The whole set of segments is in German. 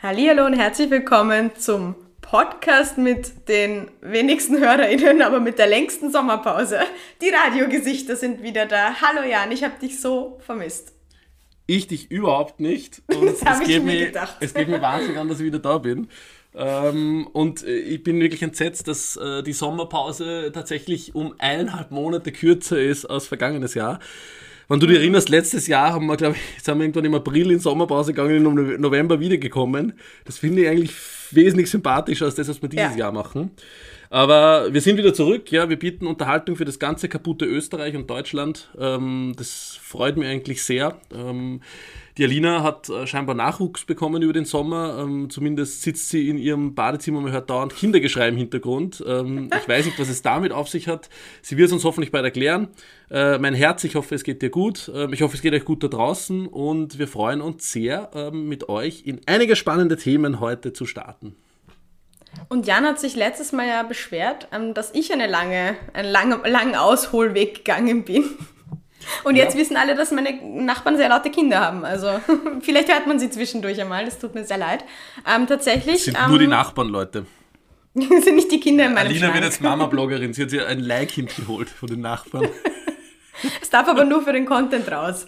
Hallihallo und herzlich willkommen zum Podcast mit den wenigsten HörerInnen, aber mit der längsten Sommerpause. Die Radiogesichter sind wieder da. Hallo Jan, ich habe dich so vermisst. Ich dich überhaupt nicht. Und das habe ich mir gedacht. Es geht mir wahnsinnig an, dass ich wieder da bin. Und ich bin wirklich entsetzt, dass die Sommerpause tatsächlich um 1,5 Monate kürzer ist als vergangenes Jahr. Wenn du dich erinnerst, letztes Jahr haben wir, glaube ich, sind wir irgendwann im April in Sommerpause gegangen und im November wiedergekommen. Das finde ich eigentlich wesentlich sympathischer als das, was wir dieses Jahr machen. Aber wir sind wieder zurück, ja, wir bieten Unterhaltung für das ganze kaputte Österreich und Deutschland. Das freut mich eigentlich sehr. Die Alina hat scheinbar Nachwuchs bekommen über den Sommer. Zumindest sitzt sie in ihrem Badezimmer, man hört dauernd Kindergeschrei im Hintergrund. Ich weiß nicht, was es damit auf sich hat. Sie wird es uns hoffentlich bald erklären. Mein Herz, ich hoffe, es geht dir gut. Ich hoffe, es geht euch gut da draußen. Und wir freuen uns sehr, mit euch in einige spannende Themen heute zu starten. Und Jan hat sich letztes Mal ja beschwert, dass ich einen langen Ausholweg gegangen bin. Und jetzt wissen alle, dass meine Nachbarn sehr laute Kinder haben. Also vielleicht hört man sie zwischendurch einmal, das tut mir sehr leid. Tatsächlich... Das sind nur die Nachbarn, Leute. Sind nicht die Kinder in meinem Alina Schrank. wird jetzt Mama-Bloggerin, sie hat sich ein Leihkind geholt von den Nachbarn. Es darf aber nur für den Content raus.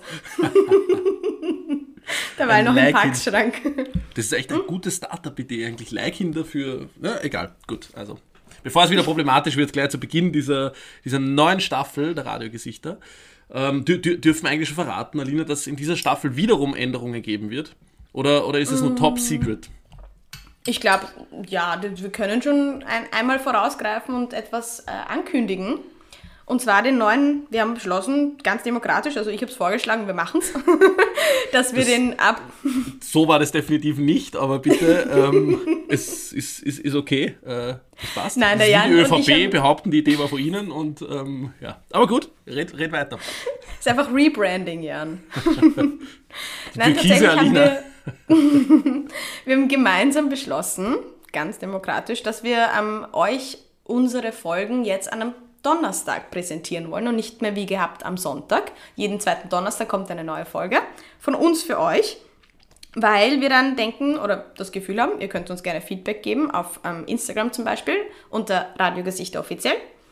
Dabei noch im Packschrank. Das ist echt eine gute Startup-Idee eigentlich. Leihkinder für... Ja, egal, gut, also... Bevor es wieder problematisch wird, gleich zu Beginn dieser neuen Staffel der Radiogesichter, dürfen wir eigentlich schon verraten, Alina, dass es in dieser Staffel wiederum Änderungen geben wird? Oder ist es nur Top Secret? Ich glaube, ja, wir können schon einmal vorausgreifen und etwas ankündigen. Und zwar den neuen, wir haben beschlossen, ganz demokratisch, also ich habe es vorgeschlagen, wir machen es, dass wir den ab... So war das definitiv nicht, aber bitte, es ist okay, es passt. Nein, der Jan die ÖVP behaupten, die Idee war von ihnen und ja. Aber gut, red weiter. Es ist einfach Rebranding, Jan. Nein, tatsächlich haben wir haben gemeinsam beschlossen, ganz demokratisch, dass wir euch unsere Folgen jetzt an einem Donnerstag präsentieren wollen und nicht mehr wie gehabt am Sonntag. Jeden zweiten Donnerstag kommt eine neue Folge von uns für euch, weil wir dann denken oder das Gefühl haben, ihr könnt uns gerne Feedback geben auf Instagram zum Beispiel unter Radiogesichter offiziell,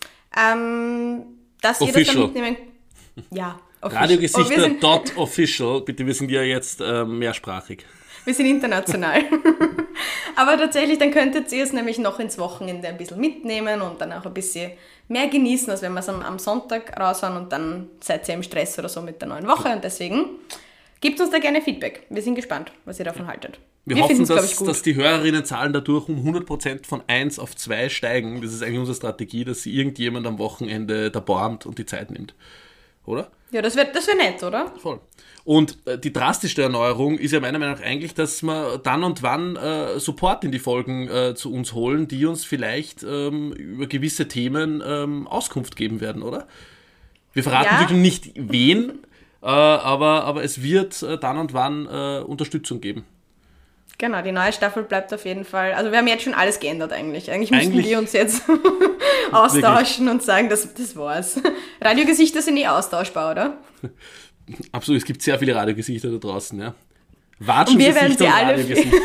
dass ihr das dann mitnehmen... Ja, Radiogesichter.official, bitte, wir sind ja jetzt mehrsprachig. Wir sind international. Aber tatsächlich, dann könntet ihr es nämlich noch ins Wochenende ein bisschen mitnehmen und dann auch ein bisschen mehr genießen, als wenn wir es am Sonntag raushauen und dann seid ihr im Stress oder so mit der neuen Woche. Und deswegen gebt uns da gerne Feedback. Wir sind gespannt, was ihr davon haltet. Wir hoffen, dass die Hörerinnenzahlen dadurch um 100% von 1 auf 2 steigen. Das ist eigentlich unsere Strategie, dass sich irgendjemand am Wochenende da bormt und die Zeit nimmt. Oder? Ja, das wär nett, oder? Voll. Und die drastischste Erneuerung ist ja meiner Meinung nach eigentlich, dass wir dann und wann Support in die Folgen zu uns holen, die uns vielleicht über gewisse Themen Auskunft geben werden, oder? Wir verraten wirklich nicht wen, aber es wird dann und wann Unterstützung geben. Genau, die neue Staffel bleibt auf jeden Fall... Also wir haben jetzt schon alles geändert eigentlich. Eigentlich müssten wir uns jetzt austauschen und sagen, das war's. Radiogesichter sind nie austauschbar, oder? Absolut, es gibt sehr viele Radiogesichter da draußen, ja. Und wir werden sie alle...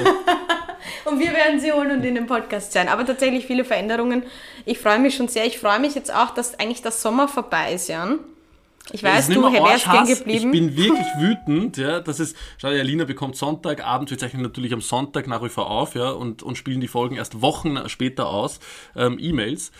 Und wir werden sie holen und in den Podcast sein. Aber tatsächlich viele Veränderungen. Ich freue mich schon sehr. Ich freue mich jetzt auch, dass eigentlich der Sommer vorbei ist, Jan. Ich weiß, du wärst gern geblieben. Ich bin wirklich wütend, ja, dass es... Schau, die Alina bekommt Sonntagabend, wir zeichnen natürlich am Sonntag nach wie vor auf, ja, und spielen die Folgen erst Wochen später aus, E-Mails.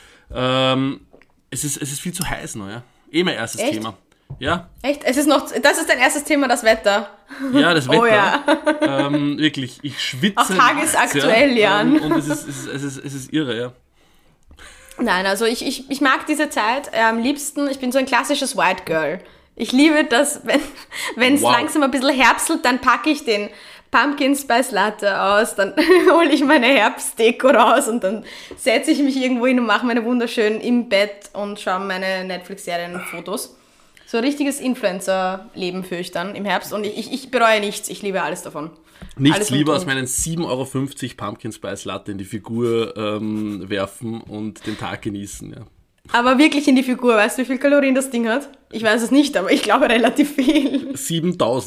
Es ist viel zu heiß noch, ja. Mein erstes Thema. Ja. Echt? Das ist dein erstes Thema, das Wetter. Ja, das Wetter. Oh ja. Wirklich, ich schwitze. Auch tagesaktuell, Jan. Und es ist irre, ja. Nein, also ich mag diese Zeit am liebsten. Ich bin so ein klassisches White Girl. Ich liebe das, wenn es langsam ein bisschen herbstelt, dann packe ich den Pumpkin Spice Latte aus, dann hole ich meine Herbstdeko raus und dann setze ich mich irgendwo hin und mache meine wunderschön im Bett und schaue meine Netflix-Serien-Fotos. So ein richtiges Influencer-Leben führe ich dann im Herbst und ich bereue nichts, ich liebe alles davon. Nichts lieber als meinen 7,50 € Pumpkin Spice Latte in die Figur werfen und den Tag genießen, ja. Aber wirklich in die Figur, weißt du, wie viel Kalorien das Ding hat? Ich weiß es nicht, aber ich glaube relativ viel. 7000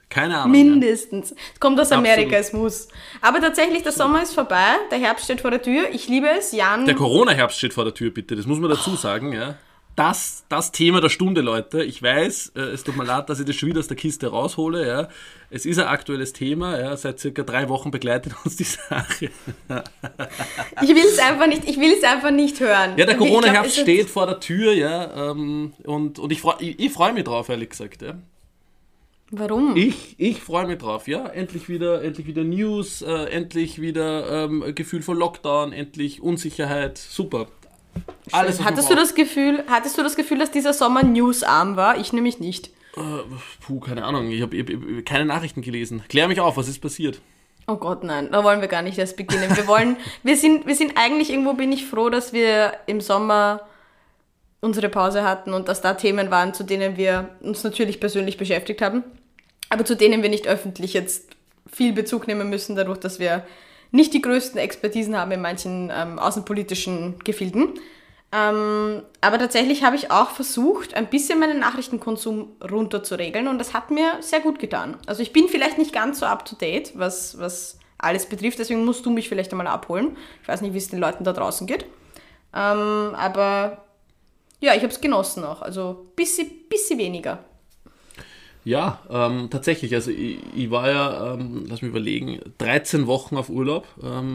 Keine Ahnung. Mindestens. Es kommt aus Amerika, Absolut. es muss. Aber tatsächlich, der Sommer ist vorbei, der Herbst steht vor der Tür. Ich liebe es, Jan. Der Corona-Herbst steht vor der Tür, bitte. Das muss man dazu sagen, ja. Das Thema der Stunde, Leute. Ich weiß, es tut mir leid, dass ich das schon wieder aus der Kiste raushole. Ja. Es ist ein aktuelles Thema. Ja. Seit circa 3 Wochen begleitet uns die Sache. Ich will es einfach nicht hören. Ja, der Corona-Herbst steht vor der Tür. Ja. Und ich freu mich drauf, ehrlich gesagt. Ja. Warum? Ich freue mich drauf, ja. Endlich wieder News, endlich wieder Gefühl von Lockdown, endlich Unsicherheit. Super. Alles, Hattest du das Gefühl, dass dieser Sommer newsarm war? Ich nämlich nicht. Keine Ahnung, ich hab keine Nachrichten gelesen. Klär mich auf, was ist passiert? Oh Gott, nein, da wollen wir gar nicht erst beginnen. Wir sind eigentlich, irgendwo bin ich froh, dass wir im Sommer unsere Pause hatten und dass da Themen waren, zu denen wir uns natürlich persönlich beschäftigt haben, aber zu denen wir nicht öffentlich jetzt viel Bezug nehmen müssen, dadurch, dass wir nicht die größten Expertisen haben in manchen außenpolitischen Gefilden. Aber tatsächlich habe ich auch versucht, ein bisschen meinen Nachrichtenkonsum runterzuregeln und das hat mir sehr gut getan. Also ich bin vielleicht nicht ganz so up-to-date, was alles betrifft, deswegen musst du mich vielleicht einmal abholen. Ich weiß nicht, wie es den Leuten da draußen geht. Aber ja, ich habe es genossen auch, also bisschen weniger. Ja, tatsächlich, also ich war ja, lass mich überlegen, 13 Wochen auf Urlaub.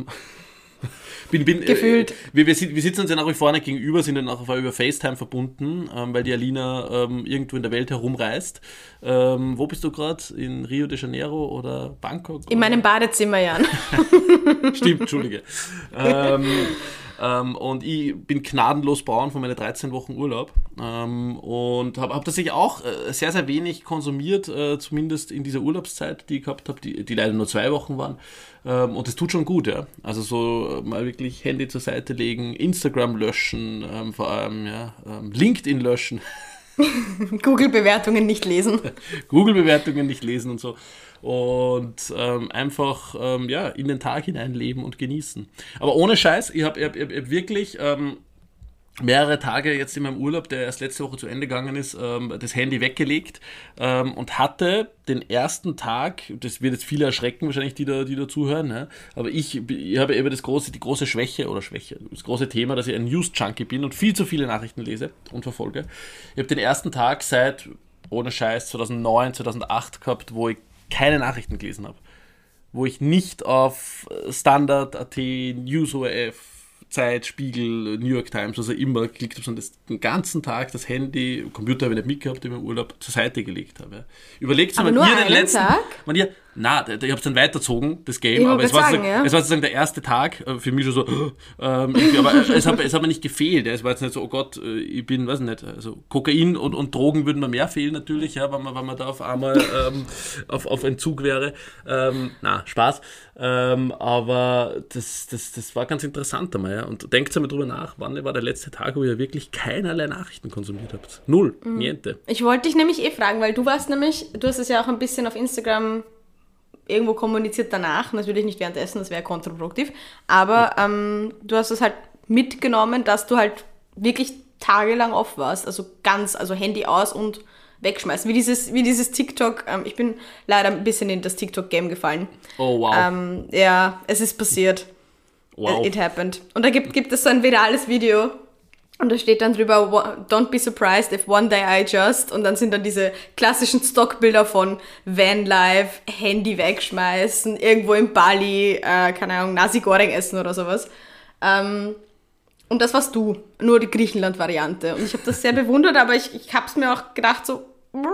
Gefühlt. Wir sitzen uns ja nach wie vor nicht gegenüber, sind ja nach wie vor über FaceTime verbunden, weil die Alina irgendwo in der Welt herumreist. Wo bist du gerade? In Rio de Janeiro oder Bangkok? In meinem Badezimmer, Jan. Stimmt, Entschuldige. Und ich bin gnadenlos Bauern von meinen 13 Wochen Urlaub und habe tatsächlich auch sehr, sehr wenig konsumiert, zumindest in dieser Urlaubszeit, die ich gehabt habe, die leider nur 2 Wochen waren. Und das tut schon gut, ja. Also so mal wirklich Handy zur Seite legen, Instagram löschen, vor allem ja, LinkedIn löschen. Google-Bewertungen nicht lesen. Google-Bewertungen nicht lesen und so. Und einfach ja, in den Tag hineinleben und genießen. Aber ohne Scheiß, ich hab wirklich mehrere Tage jetzt in meinem Urlaub, der erst letzte Woche zu Ende gegangen ist, das Handy weggelegt und hatte den ersten Tag, das wird jetzt viele erschrecken, wahrscheinlich die da zuhören, ne? Aber ich habe eben das große Schwäche, das große Thema, dass ich ein News-Junkie bin und viel zu viele Nachrichten lese und verfolge. Ich habe den ersten Tag seit, ohne Scheiß, 2009, 2008 gehabt, wo ich keine Nachrichten gelesen habe. Wo ich nicht auf Standard.at, News.orf, Zeit, Spiegel, New York Times, also immer geklickt habe, sondern den ganzen Tag das Handy, Computer habe ich nicht mitgehabt, im Urlaub zur Seite gelegt habe. Überlegt mal, nur ihr einen den letzten Tag? ich habe es dann weitergezogen, das Game, aber es war sozusagen der erste Tag, für mich schon so, aber es hat mir nicht gefehlt, es war jetzt nicht so, oh Gott, ich bin, weiß nicht, also Kokain und Drogen würden mir mehr fehlen natürlich, ja, wenn man da auf einmal auf Entzug wäre, Spaß, aber das war ganz interessant einmal, ja, und denkt einmal drüber nach, wann war der letzte Tag, wo ihr wirklich keinerlei Nachrichten konsumiert habt, null, niente. Ich wollte dich nämlich fragen, weil du hast es ja auch ein bisschen auf Instagram irgendwo kommuniziert danach, natürlich nicht währenddessen, das wäre kontraproduktiv, aber du hast es halt mitgenommen, dass du halt wirklich tagelang off warst, also Handy aus und wegschmeißen, wie dieses TikTok, ich bin leider ein bisschen in das TikTok-Game gefallen. Oh, wow. Ja, es ist passiert. Wow. It happened. Und da gibt es so ein virales Video, und da steht dann drüber, don't be surprised if one day I just, und dann sind dann diese klassischen Stockbilder von Vanlife, Handy wegschmeißen, irgendwo in Bali, keine Ahnung, Nasi Goreng essen oder sowas. Und das warst du, nur die Griechenland-Variante. Und ich habe das sehr bewundert, aber ich habe es mir auch gedacht, so,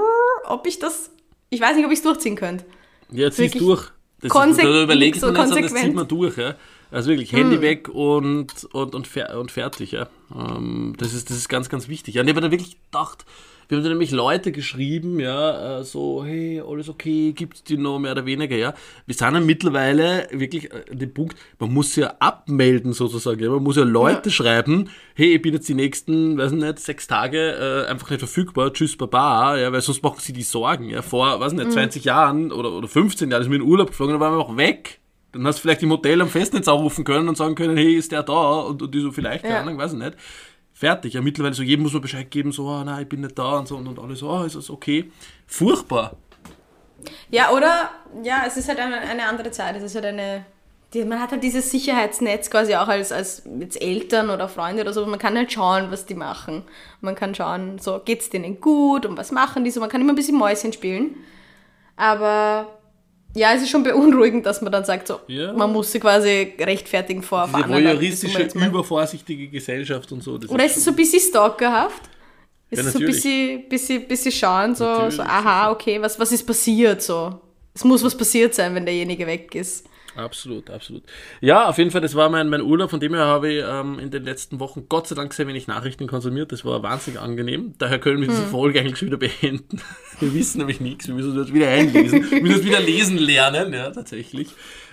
ich weiß nicht, ob ich es durchziehen könnte. Ja, zieh's durch. Das überlegt man nicht, sondern das zieht man durch, ja. Also wirklich, Handy weg und fertig, ja. Das ist ganz, ganz wichtig. Ja, und ich habe dann wirklich gedacht, wir haben dann nämlich Leute geschrieben, ja, so, hey, alles okay, gibt's die noch, mehr oder weniger, ja. Wir sind dann mittlerweile wirklich an dem Punkt, man muss ja abmelden sozusagen, ja. Man muss ja Leute schreiben, hey, ich bin jetzt die nächsten, weiß nicht, 6 Tage einfach nicht verfügbar, tschüss, baba, ja, weil sonst machen sie die Sorgen, ja. Vor, weiß nicht, 20 Jahren oder 15 Jahren ist mir in Urlaub geflogen, dann waren wir auch weg. Dann hast du vielleicht im Hotel am Festnetz anrufen können und sagen können, hey, ist der da? Und die so, vielleicht, keine Ahnung, weiß ich nicht. Fertig. Ja, mittlerweile so, jedem muss man Bescheid geben, so, nein, ich bin nicht da und so, und alle so, ist das okay? Furchtbar. Ja, oder, ja, es ist halt eine andere Zeit. Es ist halt man hat halt dieses Sicherheitsnetz quasi auch als jetzt Eltern oder Freunde oder so. Man kann halt schauen, was die machen. Man kann schauen, so, geht's denen gut und was machen die so. Man kann immer ein bisschen Mäuschen spielen. Aber ja, es ist schon beunruhigend, dass man dann sagt, so, man muss sie quasi rechtfertigen vor diese voyeuristische, übervorsichtige Gesellschaft und so. Oder ist es so ein bisschen stalkerhaft? Ist es so ein bisschen schauen, so aha, okay, was ist passiert, so. Es muss was passiert sein, wenn derjenige weg ist. Absolut, absolut. Ja, auf jeden Fall, das war mein Urlaub, von dem her habe ich in den letzten Wochen Gott sei Dank sehr wenig Nachrichten konsumiert, das war wahnsinnig angenehm. Daher können wir diese Folge eigentlich schon wieder beenden. Wir wissen nämlich nichts, wir müssen uns wieder einlesen, wir müssen uns wieder lesen lernen, ja, tatsächlich.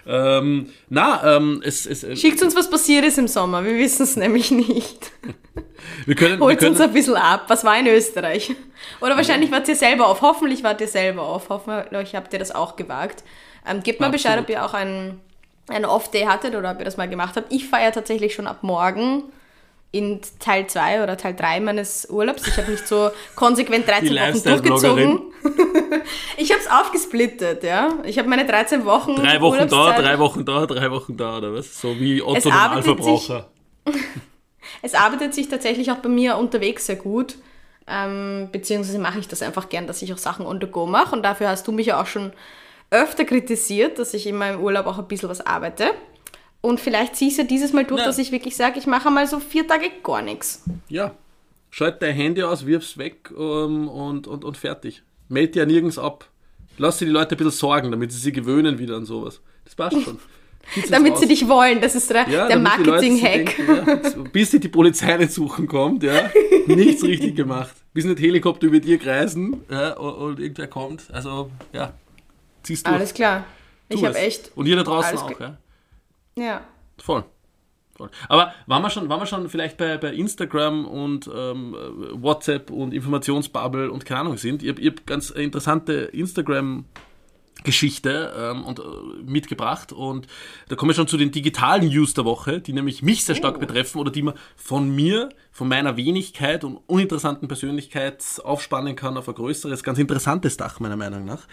Schickt uns, was passiert ist im Sommer, wir wissen es nämlich nicht. Holt uns ein bisschen ab, was war in Österreich? Oder wahrscheinlich wart ihr selber auf, hoffentlich wart ihr selber auf, hoffentlich habt ihr das auch gewagt. Gebt mal Bescheid, ob ihr auch einen Off-Day hattet oder ob ihr das mal gemacht habt. Ich feiere tatsächlich schon ab morgen in Teil 2 oder Teil 3 meines Urlaubs. Ich habe nicht so konsequent 13 Wochen durchgezogen. Ich habe es aufgesplittet, ja. Ich habe meine 13 Wochen 3 Wochen da, 3 Wochen da, 3 Wochen da, oder was? So wie Otto Normalverbraucher. Es arbeitet sich tatsächlich auch bei mir unterwegs sehr gut. Beziehungsweise mache ich das einfach gern, dass ich auch Sachen on the go mache. Und dafür hast du mich ja auch schon öfter kritisiert, dass ich in meinem Urlaub auch ein bisschen was arbeite. Und vielleicht ziehst du dieses Mal durch, dass ich wirklich sage, ich mache mal so 4 Tage gar nichts. Ja, schalt dein Handy aus, wirf's weg und fertig. Meld ja nirgends ab. Lass dir die Leute ein bisschen sorgen, damit sie sich gewöhnen wieder an sowas. Das passt schon. Damit sie dich wollen, das ist der Marketing-Hack. Bis die Polizei nicht suchen kommt, ja, nichts richtig gemacht. Bis nicht Helikopter über dir kreisen, ja, und irgendwer kommt. Also, ja, ziehst du. Alles klar. Ich habe echt... Und ihr da draußen auch, ja? Ja. Voll. Aber waren wir schon vielleicht bei Instagram und WhatsApp und Informationsbubble und keine Ahnung sind? Ihr habt ganz interessante Instagram-Geschichte mitgebracht und da kommen wir schon zu den digitalen News der Woche, die nämlich mich sehr stark betreffen oder die man von meiner Wenigkeit und uninteressanten Persönlichkeit aufspannen kann auf ein größeres, ganz interessantes Dach meiner Meinung nach.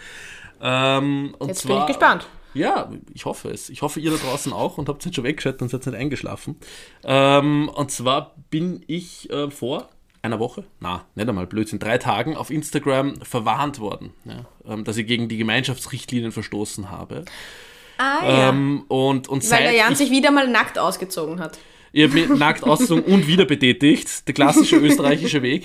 Jetzt bin ich gespannt. Ja, ich hoffe es. Ich hoffe, ihr da draußen auch und habt jetzt schon weggeschaltet und seid nicht eingeschlafen. Und zwar bin ich vor einer Woche, nicht einmal Blödsinn, 3 Tagen auf Instagram verwarnt worden, ja, dass ich gegen die Gemeinschaftsrichtlinien verstoßen habe. Ja. Und weil der Jan sich wieder mal nackt ausgezogen hat. Ich habe mich nackt ausgezogen und wieder betätigt. Der klassische österreichische Weg.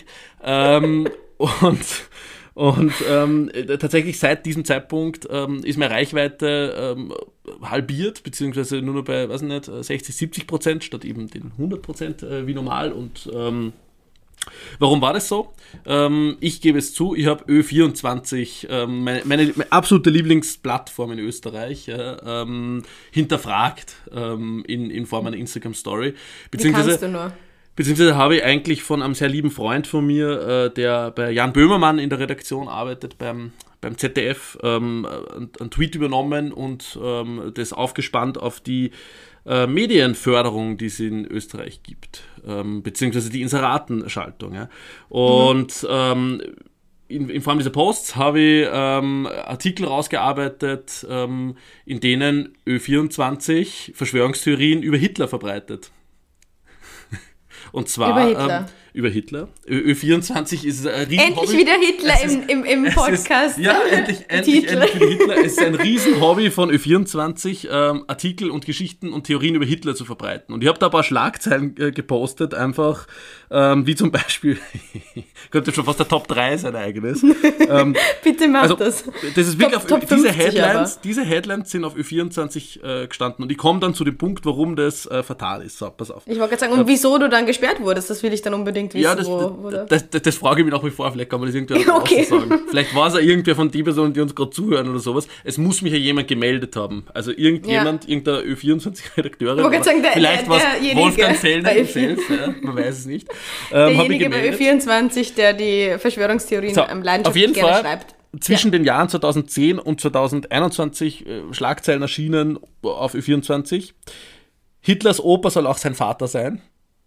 Und tatsächlich seit diesem Zeitpunkt ist meine Reichweite halbiert, beziehungsweise nur noch bei, 60-70% statt eben den 100% wie normal. Und warum war das so? Ich gebe es zu, ich habe Ö24, meine absolute Lieblingsplattform in Österreich, hinterfragt in Form einer Instagram-Story. Wie kannst du nur? Beziehungsweise habe ich eigentlich von einem sehr lieben Freund von mir, der bei Jan Böhmermann in der Redaktion arbeitet, beim ZDF, einen Tweet übernommen und das aufgespannt auf die Medienförderung, die es in Österreich gibt, beziehungsweise die Inseratenschaltung. Ja. Und in Form dieser Posts habe ich Artikel rausgearbeitet, in denen Ö24 Verschwörungstheorien über Hitler verbreitet. Und zwar über Hitler. Ö24 ist ein riesen Endlich Hobby. Wieder Hitler im Podcast. Endlich wieder Hitler. Es ist ein riesen Hobby von Ö24, Artikel und Geschichten und Theorien über Hitler zu verbreiten. Und ich habe da ein paar Schlagzeilen gepostet, einfach wie zum Beispiel, könnte schon fast der Top 3 sein eigenes. Bitte mach das. Das ist wirklich Top diese Headlines sind auf Ö24 gestanden und ich komme dann zu dem Punkt, warum das fatal ist. So, pass auf. Ich wollte gerade sagen, und wieso du dann gesperrt wurdest, das will ich dann unbedingt wissen. Ja, das frage ich mich nach wie vor, vielleicht kann man das irgendwer okay. sagen. Vielleicht war es ja irgendwer von den Personen, die uns gerade zuhören oder sowas. Es muss mich ja jemand gemeldet haben. Also irgendeine Ö24-Redakteurin. Vielleicht war es Wolfgang Fellner selbst, ja, man weiß es nicht. Derjenige bei Ö24, der die Verschwörungstheorien am leidenschaftlich gerne schreibt. Zwischen den Jahren 2010 und 2021 Schlagzeilen erschienen auf Ö24. Hitlers Opa soll auch sein Vater sein.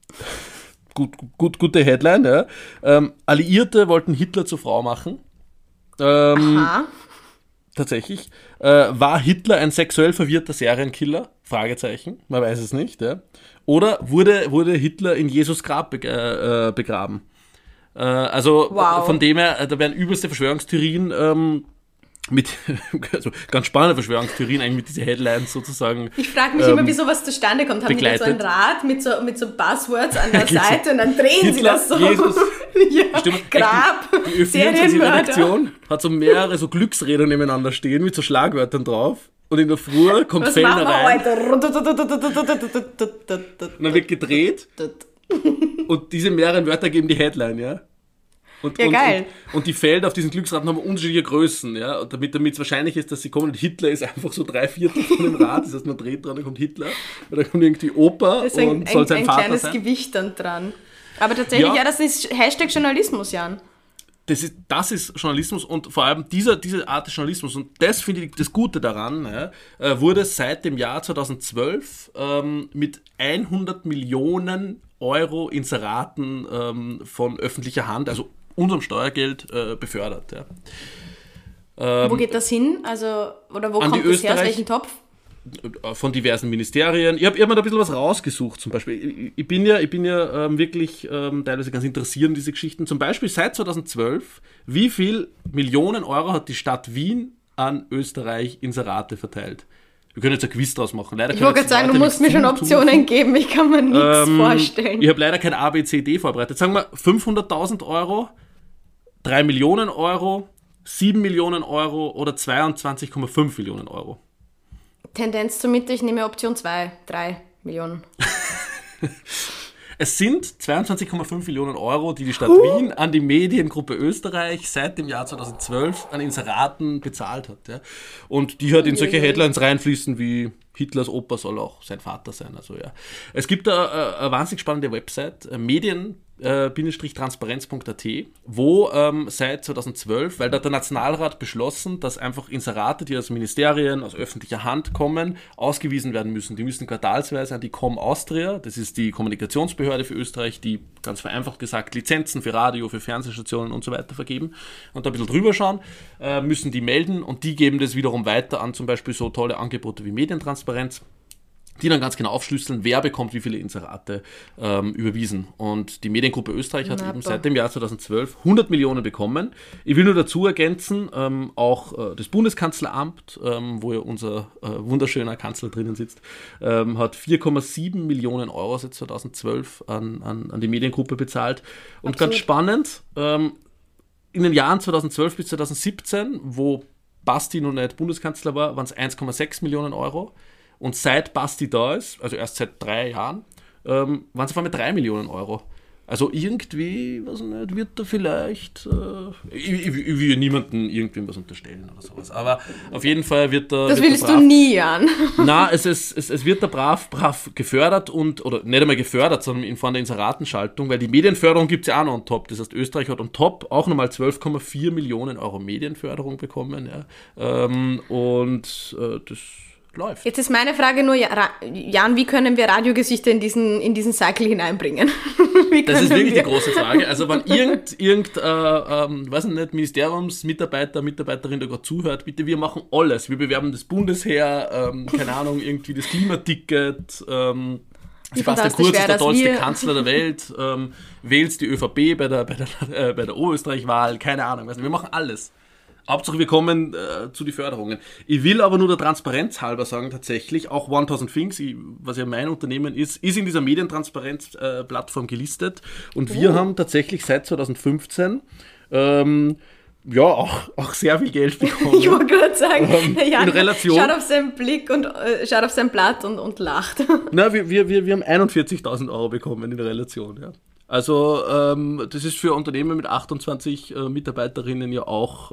Gute Headline, ja. Alliierte wollten Hitler zur Frau machen. Aha. tatsächlich. War Hitler ein sexuell verwirrter Serienkiller? Fragezeichen, man weiß es nicht. Ja. Oder wurde Hitler in Jesus Grab begraben? Von dem her, da werden übelste Verschwörungstheorien also ganz spannende Verschwörungstheorien eigentlich mit diesen Headlines sozusagen. Ich frage mich immer, wie sowas zustande kommt. Haben die da so ein Rad mit so Buzzwords an der Seite und dann drehen Hitler, sie das so. Jesus, ja, stimmt, Grab, die Ö24-Redaktion hat so mehrere so Glücksräder nebeneinander stehen mit so Schlagwörtern drauf und in der Früh kommt Fellner rein. Und dann wird gedreht und diese mehreren Wörter geben die Headline, ja. Geil. Und die Felder auf diesen Glücksraten haben unterschiedliche Größen, ja. Und damit es wahrscheinlich ist, dass sie kommen. Und Hitler ist einfach so 3/4 von dem Rad. Das heißt, man dreht dran, dann kommt Hitler. Und dann kommt irgendwie Opa und soll sein Vater sein. Ein kleines Gewicht dann dran. Aber tatsächlich, ja, das ist #Journalismus, Jan. Das ist Journalismus und vor allem diese Art des Journalismus. Und das finde ich das Gute daran, ja, wurde seit dem Jahr 2012 mit 100 Millionen Euro Inseraten von öffentlicher Hand, also unserem Steuergeld, befördert. Ja. Wo geht das hin? Also, oder wo kommt das her? Aus welchem Topf? Von diversen Ministerien. Ich hab mir da ein bisschen was rausgesucht, zum Beispiel. Ich bin ja wirklich teilweise ganz interessiert in diese Geschichten. Zum Beispiel seit 2012, wie viel Millionen Euro hat die Stadt Wien an Österreich Inserate verteilt? Wir können jetzt ein Quiz draus machen. Leider ich wollte gerade sagen, du musst mir schon Optionen geben, ich kann mir nichts vorstellen. Ich habe leider kein ABCD vorbereitet. Sagen wir 500.000 Euro, 3 Millionen Euro, 7 Millionen Euro oder 22,5 Millionen Euro. Tendenz zur Mitte, ich nehme Option 2, 3 Millionen. Es sind 22,5 Millionen Euro, die Stadt Wien an die Mediengruppe Österreich seit dem Jahr 2012 an Inseraten bezahlt hat. Ja. Und die halt in solche Headlines reinfließen wie Hitlers Opa soll auch sein Vater sein. Also, ja. Es gibt da eine wahnsinnig spannende Website, medien-transparenz.at, wo seit 2012, weil da der Nationalrat beschlossen, dass einfach Inserate, die aus Ministerien, aus öffentlicher Hand kommen, ausgewiesen werden müssen. Die müssen quartalsweise an die Com Austria, das ist die Kommunikationsbehörde für Österreich, die ganz vereinfacht gesagt Lizenzen für Radio, für Fernsehstationen und so weiter vergeben und da ein bisschen drüber schauen, müssen die melden und die geben das wiederum weiter an zum Beispiel so tolle Angebote wie Medientransparenz, die dann ganz genau aufschlüsseln, wer bekommt wie viele Inserate überwiesen. Und die Mediengruppe Österreich hat eben seit dem Jahr 2012 100 Millionen bekommen. Ich will nur dazu ergänzen, auch das Bundeskanzleramt, wo ja unser wunderschöner Kanzler drinnen sitzt, hat 4,7 Millionen Euro seit 2012 an die Mediengruppe bezahlt. Und Absolut. Ganz spannend, in den Jahren 2012 bis 2017, wo Basti noch nicht Bundeskanzler war, waren es 1,6 Millionen Euro. Und seit Basti da ist, also erst seit 3 Jahren, waren es auf einmal 3 Millionen Euro. Also irgendwie, weiß ich nicht, wird da vielleicht, ich will niemandem irgendwem was unterstellen oder sowas, aber auf jeden Fall wird da... Das willst du nie, Jan. Nein, es wird da brav gefördert oder nicht einmal gefördert, sondern in Form der Inseratenschaltung, weil die Medienförderung gibt es ja auch noch on top. Das heißt, Österreich hat on top auch nochmal 12,4 Millionen Euro Medienförderung bekommen. Ja. Das läuft. Jetzt ist meine Frage nur, Jan, wie können wir Radiogesichter in diesen Cycle hineinbringen? Das ist wirklich die große Frage. Also wenn weiß nicht, Ministeriumsmitarbeiter, Mitarbeiterin da gerade zuhört, bitte, wir machen alles. Wir bewerben das Bundesheer, keine Ahnung, irgendwie das Klimaticket, Sebastian Kurz ist der tollste Kanzler der Welt, wählst die ÖVP bei der Oberösterreich-Wahl, keine Ahnung. Wir machen alles. Hauptsache, wir kommen zu den Förderungen. Ich will aber nur der Transparenz halber sagen, tatsächlich, auch 1000 Things, was ja mein Unternehmen ist in dieser Medientransparenz-Plattform gelistet. Und wir haben tatsächlich seit 2015 auch sehr viel Geld bekommen. Ich wollte gerade sagen, in Relation, schaut auf seinen Blick und schaut auf sein Blatt und lacht. Na, wir haben 41.000 Euro bekommen in Relation, ja. Also das ist für Unternehmen mit 28 Mitarbeiterinnen ja auch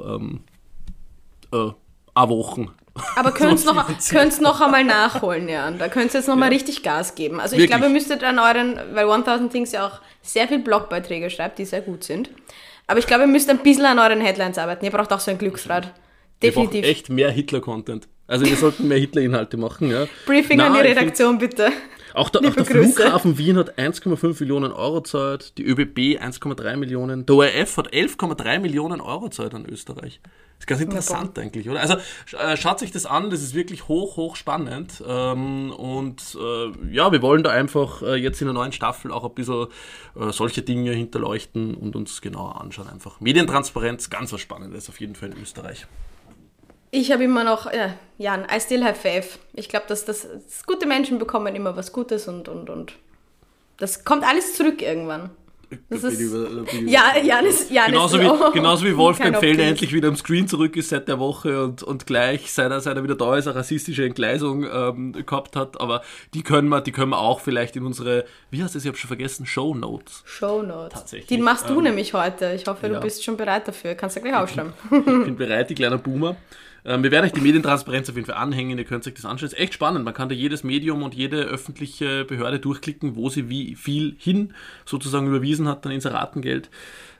Wochen. Aber könnt ihr noch einmal nachholen, ja. Da könnt ihr jetzt nochmal richtig Gas geben. Also ich glaube, ihr müsstet an weil 1000 Things ja auch sehr viel Blogbeiträge schreibt, die sehr gut sind. Aber ich glaube, ihr müsst ein bisschen an euren Headlines arbeiten. Ihr braucht auch so ein Glücksrad. Definitiv. Wir brauchen echt mehr Hitler-Content. Also wir sollten mehr Hitler-Inhalte machen, ja. Briefing an die Redaktion, bitte. Auch der Flughafen Wien hat 1,5 Millionen Euro gezahlt, die ÖBB 1,3 Millionen, der ORF hat 11,3 Millionen Euro gezahlt an Österreich. Das ist ganz interessant eigentlich, oder? Also schaut sich das an, das ist wirklich hoch spannend. Wir wollen da einfach jetzt in der neuen Staffel auch ein bisschen solche Dinge hinterleuchten und uns genauer anschauen. Einfach Medientransparenz, ganz was Spannendes auf jeden Fall in Österreich. Ich habe immer noch, Jan, I still have faith. Ich glaube, dass gute Menschen bekommen immer was Gutes und das kommt alles zurück irgendwann. Das ist, Jan ist genauso wie Wolfgang Fellner endlich wieder am Screen zurück ist seit der Woche und gleich, seit er wieder da ist, eine rassistische Entgleisung gehabt hat. Aber die können wir auch vielleicht in unsere, wie heißt das, ich habe schon vergessen, Shownotes. Tatsächlich. Die machst du nämlich heute. Ich hoffe, du bist schon bereit dafür. Kannst du gleich aufschreiben. Ich bin bereit, die kleine Boomer. Wir werden euch die Medientransparenz auf jeden Fall anhängen, ihr könnt euch das anschauen. Es ist echt spannend, man kann da jedes Medium und jede öffentliche Behörde durchklicken, wo sie wie viel hin sozusagen überwiesen hat, dann Inseratengeld.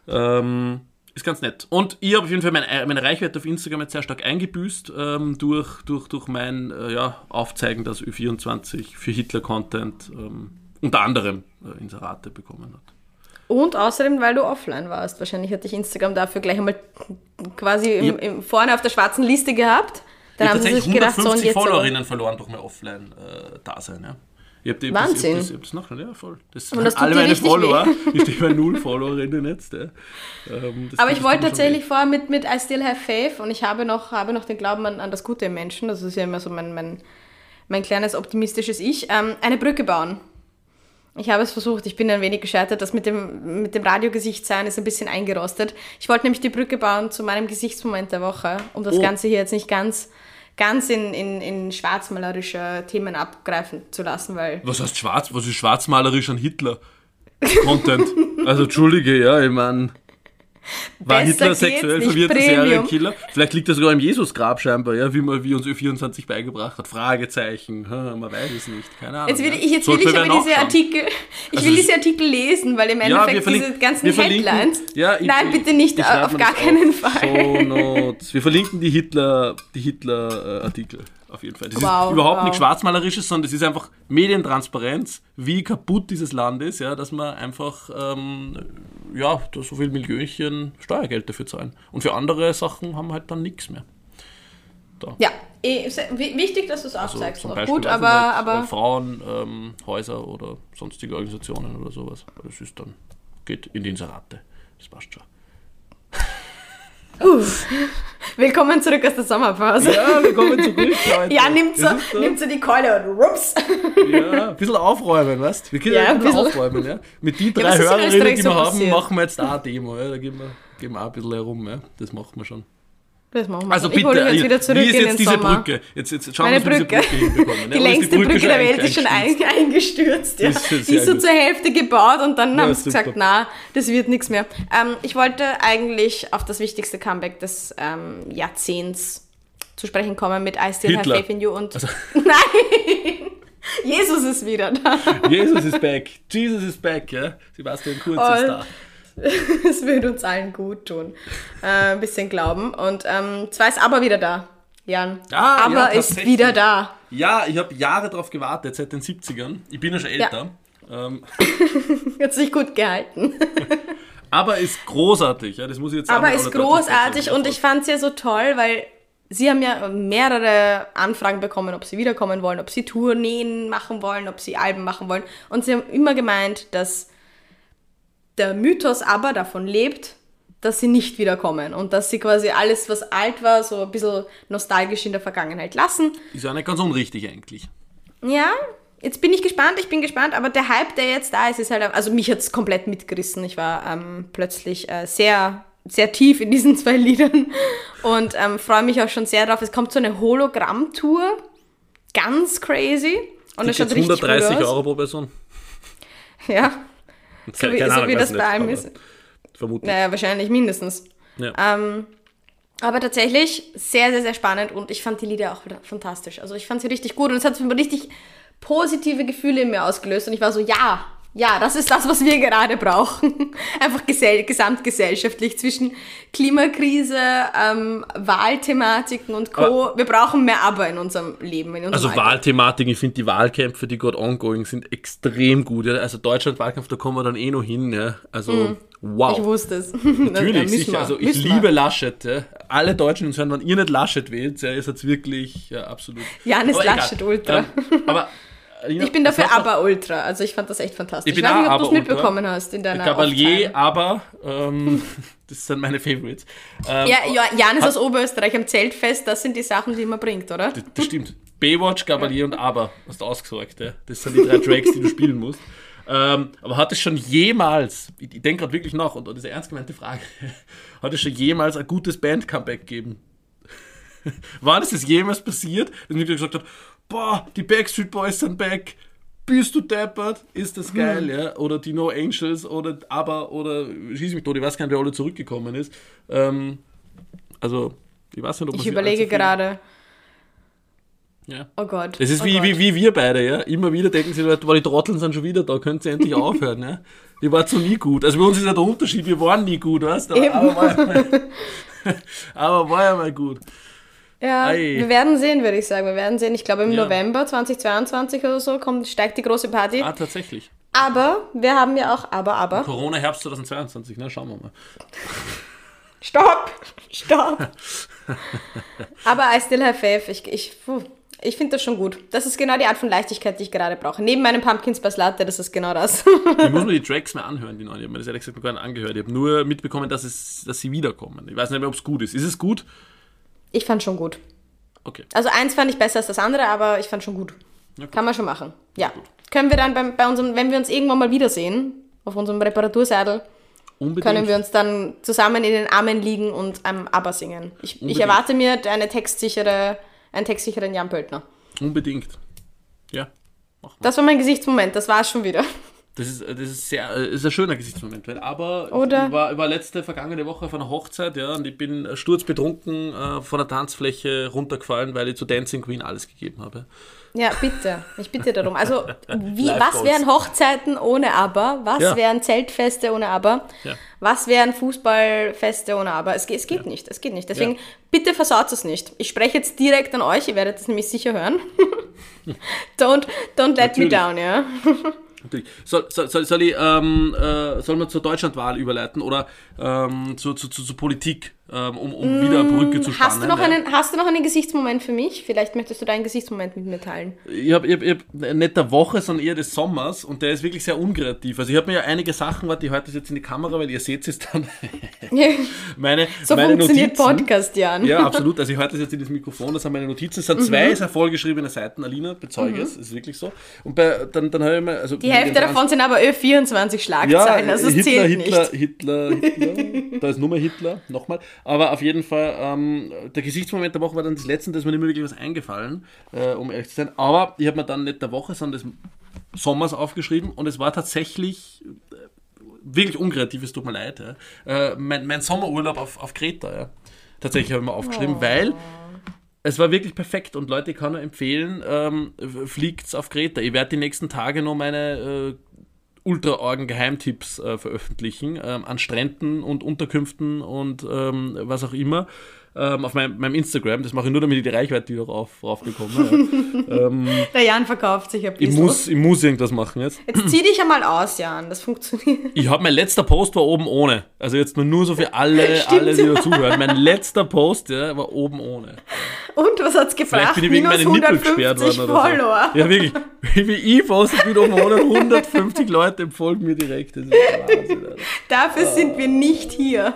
Ist ganz nett. Und ich habe auf jeden Fall meine Reichweite auf Instagram jetzt sehr stark eingebüßt durch mein Aufzeigen, dass Ö24 für Hitler-Content unter anderem Inserate bekommen hat. Und außerdem, weil du offline warst. Wahrscheinlich hat dich Instagram dafür gleich einmal quasi vorne auf der schwarzen Liste gehabt. Dann haben sie sich gedacht, 150 Followerinnen verloren durch mein Offline-Dasein. Wahnsinn. Ich hab das noch, ja, voll. Das sind alle meine Follower. Ich stehe bei 0 Followerinnen jetzt. Ja. Aber ich wollte tatsächlich vorher mit I Still Have Faith und ich habe noch den Glauben an das Gute im Menschen. Das ist ja immer so mein kleines optimistisches Ich. Eine Brücke bauen. Ich habe es versucht, ich bin ein wenig gescheitert. Das mit dem Radiogesicht sein ist ein bisschen eingerostet. Ich wollte nämlich die Brücke bauen zu meinem Gesichtsmoment der Woche, um das Ganze hier jetzt nicht ganz in schwarzmalerische Themen abgreifen zu lassen, weil... Was heißt schwarz? Was ist schwarzmalerisch an Hitler-Content? Also entschuldige, ja, ich meine... War Hitler sexuell verwirrter Serienkiller? Vielleicht liegt das sogar im Jesus-Grab scheinbar, ja, wie uns Ö24 beigebracht hat. Fragezeichen, man weiß es nicht, keine Ahnung. Jetzt will ich aber diese Artikel lesen, weil im Endeffekt diese ganzen Headlines... Nein, bitte nicht, auf gar keinen Fall. Shownotes. Wir verlinken die Hitler-Artikel. Auf jeden Fall. Das ist überhaupt nichts Schwarzmalerisches, sondern das ist einfach Medientransparenz, wie kaputt dieses Land ist, ja, dass man einfach da so viel Millionchen Steuergeld dafür zahlen. Und für andere Sachen haben wir halt dann nichts mehr. Da. Ja, wichtig, dass du es aufzeigst. Zum Beispiel, gut, aber Frauen, Häuser oder sonstige Organisationen oder sowas. Das ist dann, geht in die Inserate. Das passt schon. Willkommen zurück aus der Sommerpause. Ja, willkommen zurück, Leute. Ja, nimmt so die Keule und rups. Ja, ein bisschen aufräumen, weißt du? Wir können ein bisschen aufräumen, ja. Mit die 3 Hörerinnen, die wir haben, machen wir jetzt auch eine Demo. Ja. Da gehen wir auch ein bisschen herum, ja. Das machen wir schon. Das machen wir. Also bitte, ich hole jetzt wieder zurück wie ist in jetzt den diese Sommer. Brücke? Jetzt schauen wir, wie diese Brücke hinbekommen. Die längste Brücke der Welt ist schon eingestürzt. Ja. Die ist so zur Hälfte gebaut und dann haben sie gesagt, na, das wird nichts mehr. Ich wollte eigentlich auf das wichtigste Comeback des Jahrzehnts zu sprechen kommen mit I Still Have Faith in You und... Nein! Jesus ist wieder da. Jesus ist back. Jesus is back, ja. Sebastian Kurz ist da. Es würde uns allen gut tun. Ein bisschen glauben. Und zwar ist aber wieder da, Jan. Aber ist wieder da. Ja, ich habe Jahre drauf gewartet, seit den 70ern. Ich bin ja schon älter. Ja. Hat sich gut gehalten. Aber ist großartig, ja, das muss ich jetzt sagen. Aber ist großartig und ich fand es ja so toll, weil sie haben ja mehrere Anfragen bekommen, ob sie wiederkommen wollen, ob sie Tourneen machen wollen, ob sie Alben machen wollen. Und sie haben immer gemeint, dass der Mythos aber davon lebt, dass sie nicht wiederkommen und dass sie quasi alles, was alt war, so ein bisschen nostalgisch in der Vergangenheit lassen. Ist ja nicht ganz unrichtig eigentlich. Ja, jetzt bin ich gespannt, aber der Hype, der jetzt da ist halt, also mich hat es komplett mitgerissen. Ich war plötzlich sehr, sehr tief in diesen 2 Liedern und freue mich auch schon sehr drauf. Es kommt so eine Hologramm-Tour, ganz crazy. Und es schaut richtig 130 Euro pro Person. Ja. So wie das bei allem ist. Vermutlich. Naja, wahrscheinlich mindestens. Ja. Aber tatsächlich sehr, sehr, sehr spannend und ich fand die Lieder auch fantastisch. Also ich fand sie richtig gut und es hat richtig positive Gefühle in mir ausgelöst und ich war so, ja, Ja, das ist das, was wir gerade brauchen. Einfach gesamtgesellschaftlich zwischen Klimakrise, Wahlthematiken und Co. Wir brauchen mehr Aber in unserem Leben. In unserem Also Alltag. Wahlthematiken, ich finde die Wahlkämpfe, die gerade ongoing sind, extrem gut. Ja? Also Deutschland-Wahlkampf, da kommen wir dann eh noch hin. Ja? Also wow. Ich wusste es. Natürlich, sicher. Also ich liebe Laschet. Ja? Alle Deutschen uns hören, wenn ihr nicht Laschet wählt, ja, ist jetzt wirklich absolut... Jan ist Aber Laschet Ultra. Aber ich bin dafür aber Ultra. Also ich fand das echt fantastisch. Ich bin weiß nicht, ob auch du es aber mitbekommen hast in deiner Cavalier, Aufteilung. aber das sind meine Favorites. Ja, Jan ist aus Oberösterreich am Zeltfest. Das sind die Sachen, die man bringt, oder? Das stimmt. Baywatch, Cavalier und Aber hast du ausgesorgt. Ja? Das sind die 3 Tracks, die du spielen musst. Aber hat es schon jemals, ich denke gerade wirklich nach, und das ist eine ernst gemeinte Frage, hat es schon jemals ein gutes Band-Comeback gegeben? War das jemals passiert, dass man gesagt hat, boah, die Backstreet Boys sind back, bist du deppert, ist das geil, ja? Oder die No Angels oder Aber oder Schieß mich tot, ich weiß gar nicht, wer alle zurückgekommen ist. Also, ich weiß nicht, ob man Ich sich überlege allzu viel- gerade. Ja. Oh Gott. Das ist oh wie, Gott. wie wir beide, ja. Immer wieder denken sie, Leute, die Trotteln sind schon wieder da, könnt ihr endlich aufhören, ja. Die war so nie gut. Also bei uns ist ja der Unterschied, wir waren nie gut, weißt du? Eben. Aber war ja mal gut. Ja, Ei. wir werden sehen, würde ich sagen. Wir werden sehen. Ich glaube, im Ja. November 2022 oder so steigt die große Party. Ah, tatsächlich. Aber wir haben ja auch Aber. Corona Herbst 2022, ne? Schauen wir mal. Stopp! Aber I still have faith. Ich finde das schon gut. Das ist genau die Art von Leichtigkeit, die ich gerade brauche. Neben meinem Pumpkin Spice Latte, das ist genau das. Ich muss mir die Tracks mehr anhören, die neuen. Ich habe mir das ehrlich gesagt noch gar nicht angehört. Ich habe nur mitbekommen, dass sie wiederkommen. Ich weiß nicht mehr, ob es gut ist. Ist es gut? Ich fand schon gut. Okay. Also eins fand ich besser als das andere, aber ich fand schon gut. Ja, gut. Kann man schon machen. Ja. Können wir dann bei unserem, wenn wir uns irgendwann mal wiedersehen, auf unserem Reparatursadel, Unbedingt. können wir uns dann zusammen in den Armen liegen und Aber singen. Ich Unbedingt. erwarte mir einen textsicheren Jan Pöltner. Unbedingt. Ja. Machen wir. Das war mein Gesichtsmoment, das war es schon wieder. Das ist ist ein schöner Gesichtsmoment, weil ich Oder? war vergangene Woche auf einer Hochzeit, ja, und ich bin sturzbetrunken von der Tanzfläche runtergefallen, weil ich zu Dancing Queen alles gegeben habe. Ja, bitte. Ich bitte darum. Also, Live was Goals. wären Hochzeiten ohne Aber? Was Ja. wären Zeltfeste ohne Aber? Ja. Was wären Fußballfeste ohne Aber? Es geht nicht. Es geht nicht. Deswegen, Ja. bitte versaut es nicht. Ich spreche jetzt direkt an euch. Ihr werdet es nämlich sicher hören. don't let me Natürlich. down, ja? Natürlich. Soll man zur Deutschlandwahl überleiten oder zur Politik, um wieder eine Brücke zu spannen? Hast du noch einen Gesichtsmoment für mich? Vielleicht möchtest du deinen Gesichtsmoment mit mir teilen. Ich hab nicht der Woche, sondern eher des Sommers und der ist wirklich sehr unkreativ. Also ich habe mir ja einige Sachen, warte, ich halte das jetzt in die Kamera, weil ihr seht es dann. meine So meine funktioniert Notizen. Podcast, Jan. Ja, absolut. Also ich halte das jetzt in das Mikrofon, das sind meine Notizen. Es sind 2 sehr vollgeschriebene Seiten, Alina, bezeuge es, ist wirklich so. Und dann habe ich mal... Also Die Hälfte davon sind aber 24 Schlagzeilen, also es zählt nicht. Hitler, da ist nur mehr Hitler, nochmal. Aber auf jeden Fall, der Gesichtsmoment der Woche war dann das letzte, da ist mir nicht mehr wirklich was eingefallen, um ehrlich zu sein. Aber ich habe mir dann nicht der Woche, sondern des Sommers aufgeschrieben und es war tatsächlich wirklich unkreativ, es tut mir leid. Ja. Mein Sommerurlaub auf Kreta, ja. Tatsächlich habe ich mir aufgeschrieben, weil es war wirklich perfekt und Leute, ich kann nur empfehlen, fliegt's auf Kreta. Ich werde die nächsten Tage noch meine Ultra-Orgen-Geheimtipps veröffentlichen an Stränden und Unterkünften und was auch immer auf meinem Instagram. Das mache ich nur, damit ich die Reichweite wieder raufbekomme. Ja. Der Jan verkauft sich ein Ich bisschen. muss irgendwas machen jetzt. Jetzt zieh dich einmal aus, Jan. Das funktioniert. Mein letzter Post war oben ohne. Also jetzt nur so für alle, die da zuhören. Mein letzter Post war oben ohne. Und was hat's Vielleicht gebracht? bin ich wegen Minus meinen Nippel gesperrt 150 worden oder so. Follower. Ja, wirklich. Wie ich poste, bin oben ohne 150 Leute folgen mir direkt. Das ist Wahnsinn, Alter. Dafür sind wir nicht hier.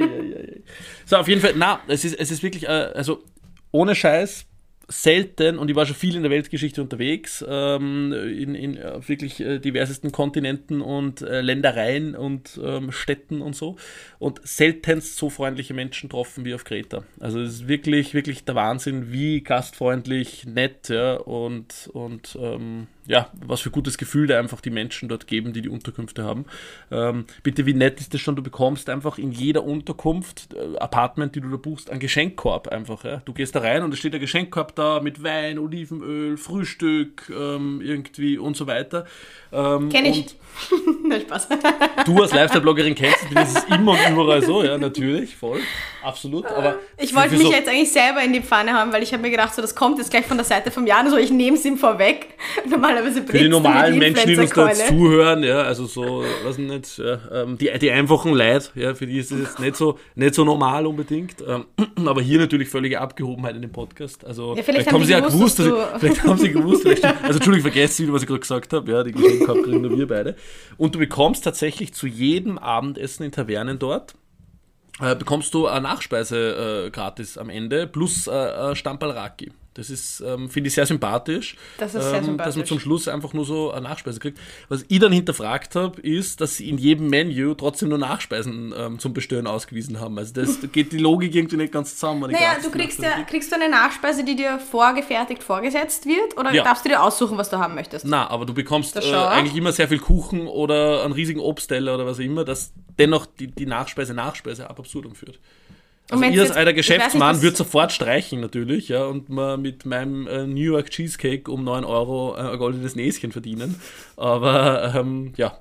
So, auf jeden Fall, es ist wirklich, also ohne Scheiß, selten, und ich war schon viel in der Weltgeschichte unterwegs, in wirklich diversesten Kontinenten und Ländereien und Städten und so, und seltenst so freundliche Menschen getroffen wie auf Kreta. Also es ist wirklich, wirklich der Wahnsinn, wie gastfreundlich, nett, ja, und ja, was für gutes Gefühl da einfach die Menschen dort geben, die Unterkünfte haben. Bitte, wie nett ist das schon, du bekommst einfach in jeder Unterkunft, Apartment, die du da buchst, einen Geschenkkorb einfach. Ja? Du gehst da rein und es steht der Geschenkkorb da mit Wein, Olivenöl, Frühstück, irgendwie und so weiter. Kenn ich. Nein, Spaß. Du als Lifestyle-Bloggerin kennst es, das ist immer und überall so, ja, natürlich, voll, absolut. Aber ich wollte mich jetzt eigentlich selber in die Pfanne haben, weil ich habe mir gedacht, so, das kommt jetzt gleich von der Seite vom Jan, so ich nehme es ihm vorweg. Normalerweise für die normalen Menschen, die uns da zuhören, ja, also so, weiß nicht, ja, die einfachen Leute, ja, für die ist es jetzt nicht so normal unbedingt, aber hier natürlich völlige Abgehobenheit in dem Podcast. Also ja, vielleicht haben sie ja gewusst, vielleicht haben sie gewusst, also Entschuldigung, vergesst wieder, was ich gerade gesagt habe, ja, die Geschenke kriegen nur wir beide. Und du bekommst tatsächlich zu jedem Abendessen in Tavernen dort, bekommst du eine Nachspeise gratis am Ende, plus Stamperl Raki. Das ist, finde ich, sehr sympathisch. Das ist sehr sympathisch. Dass man zum Schluss einfach nur so eine Nachspeise kriegt. Was ich dann hinterfragt habe, ist, dass sie in jedem Menü trotzdem nur Nachspeisen zum Bestellen ausgewiesen haben. Also das geht die Logik irgendwie nicht ganz zusammen. Naja, du kriegst du eine Nachspeise, die dir vorgefertigt vorgesetzt wird? Oder darfst du dir aussuchen, was du haben möchtest? Na, aber du bekommst eigentlich immer sehr viel Kuchen oder einen riesigen Obstteller oder was auch immer, das dennoch die Nachspeise ab absurdum führt. Also ich als alter Geschäftsmann würde sofort streichen natürlich, ja, und mal mit meinem New York Cheesecake um 9 Euro ein goldenes Näschen verdienen. Aber ja.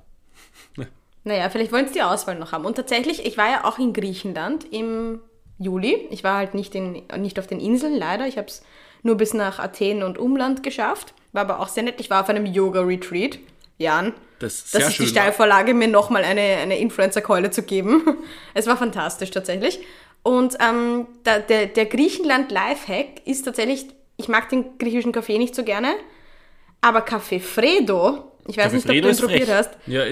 Naja, vielleicht wollen sie die Auswahl noch haben. Und tatsächlich, ich war ja auch in Griechenland im Juli. Ich war halt nicht auf den Inseln, leider. Ich habe es nur bis nach Athen und Umland geschafft. War aber auch sehr nett. Ich war auf einem Yoga-Retreat. Jan, das ist die Steilvorlage, mir nochmal eine Influencer-Keule zu geben. Es war fantastisch tatsächlich. Und der Griechenland-Lifehack ist tatsächlich, ich mag den griechischen Kaffee nicht so gerne, aber Kaffee Fredo, ich weiß nicht, ob du ihn probiert hast, ja,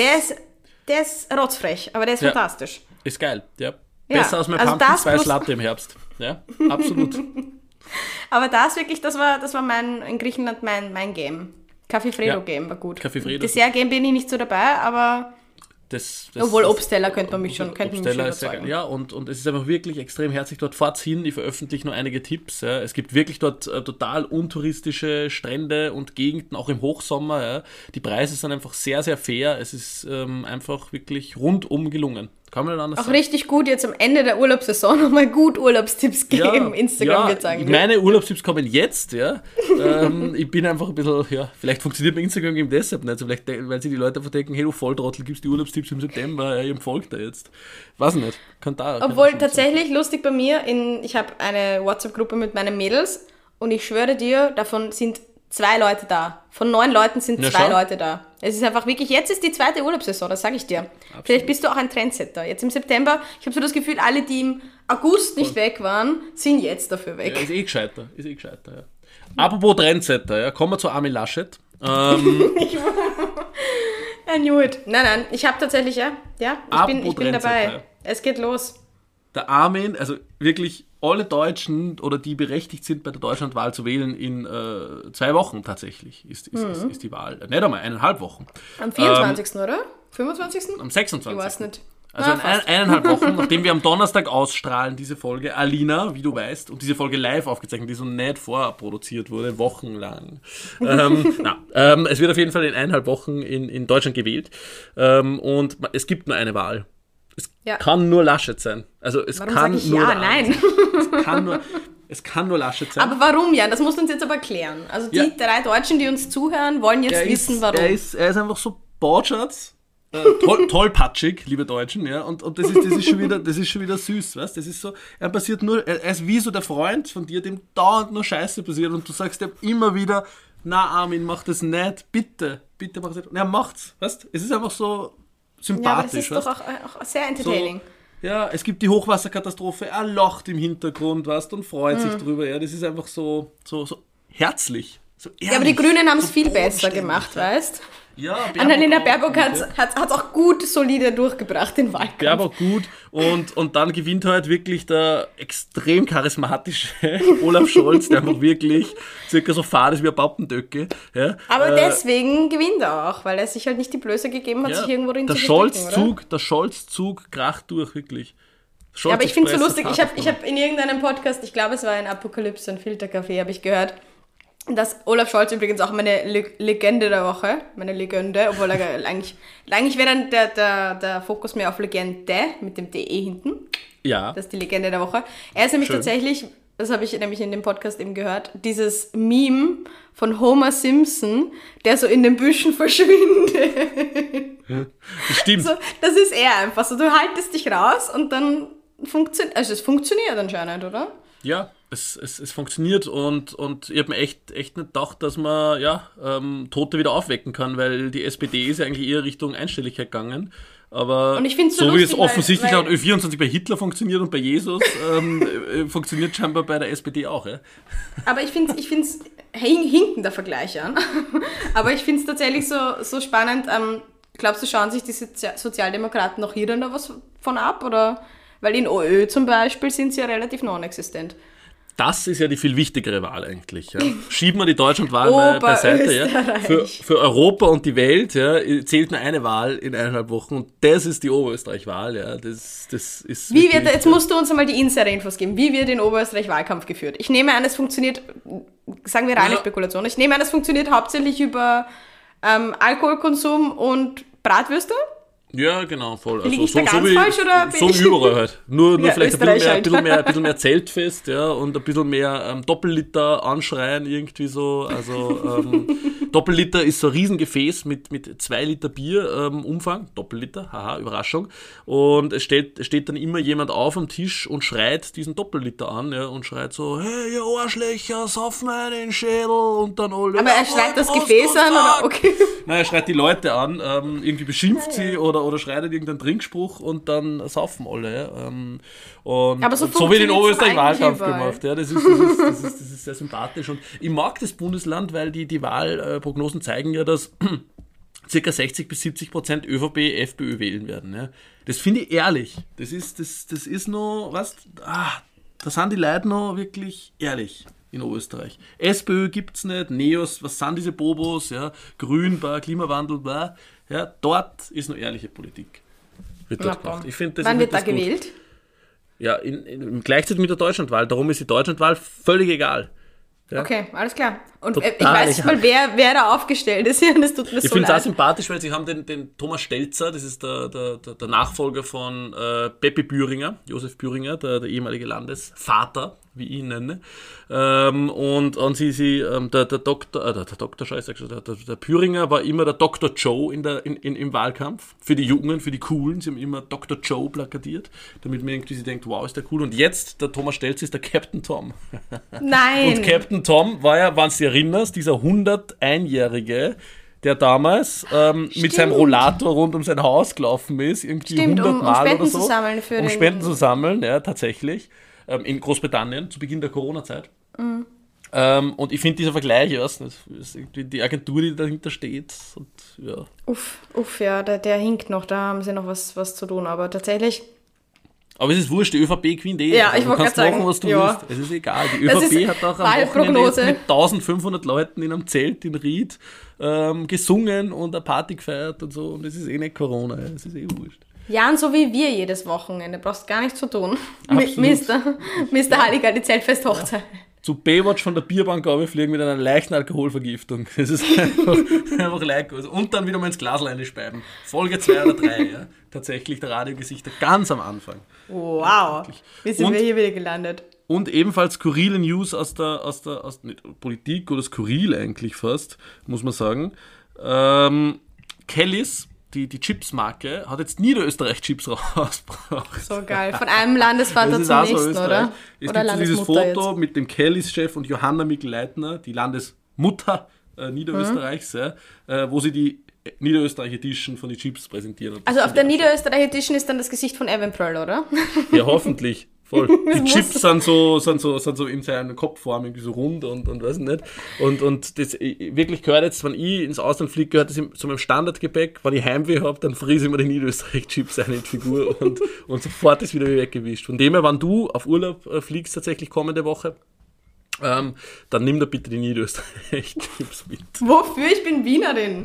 der ist rotzfrech, aber der ist fantastisch. Ist geil, ja. Besser als mein Pumpkin Spice Latte im Herbst. Ja, absolut. Aber das war in Griechenland mein Game. Kaffee Fredo Game war gut. Kaffee Fredo. Dessert Game bin ich nicht so dabei, aber... Obwohl Obstteller könnte mich schon überzeugen. Ja, und es ist einfach wirklich extrem herzlich. Dort fahrt's hin, ich veröffentliche nur einige Tipps. Ja. Es gibt wirklich dort total untouristische Strände und Gegenden, auch im Hochsommer. Ja. Die Preise sind einfach sehr, sehr fair. Es ist einfach wirklich rundum gelungen. Kann man nicht anders sagen. Auch richtig gut jetzt am Ende der Urlaubssaison nochmal gut Urlaubstipps geben. Instagram wird sagen. Meine Urlaubstipps kommen jetzt, ja. Ich bin einfach ein bisschen, vielleicht funktioniert mein Instagram eben deshalb nicht. So vielleicht, weil sich die Leute einfach denken, hey du Volltrottel, gibst die Urlaubstipps im September, ihr folgt da jetzt. Weiß nicht. Obwohl tatsächlich lustig bei mir, ich habe eine WhatsApp-Gruppe mit meinen Mädels und ich schwöre dir, davon sind 2 Leute da. Von 9 Leuten sind 2 Leute da. Es ist einfach wirklich, jetzt ist die 2. Urlaubssaison, das sage ich dir. Absolut. Vielleicht bist du auch ein Trendsetter. Jetzt im September, ich habe so das Gefühl, alle, die im August nicht weg waren, sind jetzt dafür weg. Ja, ist eh gescheiter, ja. Apropos Trendsetter, ja, kommen wir zu Armin Laschet. I knew it. Nein, ich habe tatsächlich, ich bin dabei. Es geht los. Der Armin, also wirklich alle Deutschen oder die berechtigt sind, bei der Deutschlandwahl zu wählen, in 2 Wochen tatsächlich ist die Wahl. Nicht einmal, 1,5 Wochen. Am 24. Oder? 25. Am 26. Ich weiß nicht. Also in 1,5 Wochen, nachdem wir am Donnerstag ausstrahlen, diese Folge, Alina, wie du weißt, und diese Folge live aufgezeichnet, die so nicht vorproduziert wurde, wochenlang. Es wird auf jeden Fall in 1,5 Wochen in Deutschland gewählt. Und es gibt nur eine Wahl. Es kann nur Laschet sein. Also es warum kann sag ich nur nein? Es kann nur Laschet sein. Aber warum, Jan? Das musst du uns jetzt aber klären. Also die 3 Deutschen, die uns zuhören, wollen jetzt wissen, warum. Er ist einfach so Bordschatz, tollpatschig, liebe Deutschen, ja, und das ist schon wieder süß, weißt? Das ist so, er ist wie so der Freund von dir, dem dauernd nur Scheiße passiert und du sagst ihm immer wieder, na Armin, mach das nicht, bitte mach das nicht. Und er macht's, weißt? Es ist einfach so sympathisch. Ja, aber das ist doch auch sehr entertaining. So, ja, es gibt die Hochwasserkatastrophe, er lacht im Hintergrund, weißt, und freut sich drüber, ja, das ist einfach so herzlich. So ehrlich, aber die Grünen haben es viel besser gemacht, weißt? Ja, Annalena Baerbock hat auch gut solide durchgebracht, den Wahlkampf. Baerbock gut und dann gewinnt halt wirklich der extrem charismatische Olaf Scholz, der einfach wirklich circa so fad ist wie ein Pappendöcke. Ja. Aber deswegen gewinnt er auch, weil er sich halt nicht die Blöße gegeben hat, sich irgendwo drin zu verstecken, der Scholz-Zug kracht durch, wirklich. Ja, aber ich finde es so lustig, ich hab in irgendeinem Podcast, ich glaube es war in Apokalypse, ein Filtercafé, habe ich gehört, dass Olaf Scholz übrigens auch meine Legende der Woche, obwohl er eigentlich wäre dann der Fokus mehr auf Legende mit dem DE hinten. Ja. Das ist die Legende der Woche. Er ist nämlich tatsächlich das habe ich nämlich in dem Podcast eben gehört, dieses Meme von Homer Simpson, der so in den Büschen verschwindet. Ja, das stimmt. So, das ist eher einfach so, du haltest dich raus und dann funktioniert, also es funktioniert anscheinend, oder? Ja, es funktioniert und ich habe mir echt nicht gedacht, dass man Tote wieder aufwecken kann, weil die SPD ist ja eigentlich eher Richtung Einstelligkeit gegangen. Aber und ich find's so lustig, wie es offensichtlich weil laut Ö24 bei Hitler funktioniert und bei Jesus, funktioniert scheinbar bei der SPD auch. Ja? Aber ich find's hinken der Vergleich an. Aber ich finde es tatsächlich so spannend. Glaubst du, schauen sich die Sozialdemokraten noch hier dann da was von ab? Oder? Weil in OÖ zum Beispiel sind sie ja relativ non-existent. Das ist ja die viel wichtigere Wahl eigentlich. Ja. Schieben wir die Deutschlandwahl mal beiseite. Ja. Für Europa und die Welt zählt nur eine Wahl in 1,5 Wochen und das ist die Oberösterreich-Wahl. Ja. Das ist jetzt musst du uns einmal die Insider-Infos geben. Wie wird in Oberösterreich Wahlkampf geführt? Ich nehme an, es funktioniert, sagen wir reine Spekulation, ich nehme an, es funktioniert hauptsächlich über Alkoholkonsum und Bratwürste? Ja, genau, voll. Liege ich da ganz falsch, oder bin so wie überall halt. Nur vielleicht ein Österreich bisschen mehr Zeltfest, ja, und ein bisschen mehr Doppelliter anschreien irgendwie so. Also Doppelliter ist so ein Riesengefäß mit 2 Liter Bier Umfang. Doppelliter, haha, Überraschung. Und es steht dann immer jemand auf am Tisch und schreit diesen Doppelliter an, ja, und schreit so, hey, ihr Arschlöcher, sauf mir den Schädel und dann alle. Aber er schreit das Gefäß an, oder? Okay. Nein, er schreit die Leute an, irgendwie beschimpft sie oder schreit irgendeinen Trinkspruch und dann saufen alle. Ja. Aber so wird in Oberösterreich Wahlkampf gemacht. Ja. Das ist sehr sympathisch. Und ich mag das Bundesland, weil die Wahlprognosen zeigen ja, dass ca. 60-70% ÖVP, FPÖ wählen werden. Ja. Das finde ich ehrlich. Das ist noch, was? Da sind die Leute noch wirklich ehrlich. In Österreich. SPÖ gibt's nicht, Neos, was sind diese Bobos, ja, Grün, Klimawandel, bla, ja, dort ist noch ehrliche Politik. Wird dort gemacht. Ich find, wann wird da gewählt? Ja, gleichzeitig mit der Deutschlandwahl, darum ist die Deutschlandwahl völlig egal. Ja? Okay, alles klar. Und ich weiß nicht mal, wer da aufgestellt ist hier, und das tut mir so leid. Ich finde es auch sympathisch, weil sie haben den Thomas Stelzer, das ist der Nachfolger von Peppi Bühringer, Josef Bühringer, der ehemalige Landesvater, wie ich ihn nenne. Und der Bühringer war immer der Dr. Joe im Wahlkampf. Für die Jungen, für die Coolen. Sie haben immer Dr. Joe plakatiert, damit man irgendwie sich denkt, wow, ist der cool. Und jetzt, der Thomas Stelzer ist der Captain Tom. Nein! Und Captain Tom war ja, wenn du dich erinnerst, dieser 101-Jährige, der damals mit seinem Rollator rund um sein Haus gelaufen ist, irgendwie 100 Mal Spenden oder so. Zu sammeln für Spenden zu sammeln, ja, tatsächlich. In Großbritannien, zu Beginn der Corona-Zeit. Mhm. Und ich finde dieser Vergleich, ist irgendwie die Agentur, die dahinter steht. Und, ja. Ja, der hinkt noch, da haben sie noch was zu tun, aber tatsächlich... Aber es ist wurscht, die ÖVP gewinnt eh. Ja, ich wollte gerade sagen. Machen, was du willst. Es ist egal. Die ÖVP hat auch am Wochenende jetzt mit 1500 Leuten in einem Zelt in Ried gesungen und eine Party gefeiert und so. Und es ist eh nicht Corona. Es ist eh wurscht. Ja, und so wie wir jedes Wochenende. Brauchst gar nichts zu tun. Mr. Halligalli Zeltfest-Hochzeit. Ja. Zu Baywatch von der Bierbank fliegen mit einer leichten Alkoholvergiftung. Das ist einfach lecker. Und dann wieder mal ins Glas speiben. Folge 2 oder 3, ja. Tatsächlich der Radiogesichter ganz am Anfang. Wow. Wie sind wir hier wieder gelandet? Und ebenfalls skurrile News aus der Politik oder skurril eigentlich fast, muss man sagen. Kellys, die Chips-Marke, hat jetzt Niederösterreich-Chips rausgebracht. So geil. Von einem Landesvater zum nächsten, so oder? Es oder gibt so dieses Foto jetzt mit dem Kellys-Chef und Johanna Mikl-Leitner, die Landesmutter Niederösterreichs, wo sie die Niederösterreich Edition von den Chips präsentieren. Also auf der Niederösterreich Edition ist dann das Gesicht von Evan Pröll, oder? Ja, hoffentlich. Voll. Die Chips sind so in seiner Kopfform irgendwie so rund und weiß nicht. Und das wirklich gehört jetzt, wenn ich ins Ausland fliege, gehört das zu meinem Standardgepäck. Wenn ich Heimweh habe, dann friese ich mir die Niederösterreich-Chips ein in die Figur und sofort ist wieder weggewischt. Von dem her, wenn du auf Urlaub fliegst, tatsächlich kommende Woche, dann nimm da bitte die Niederösterreich-Chips mit. Wofür? Ich bin Wienerin.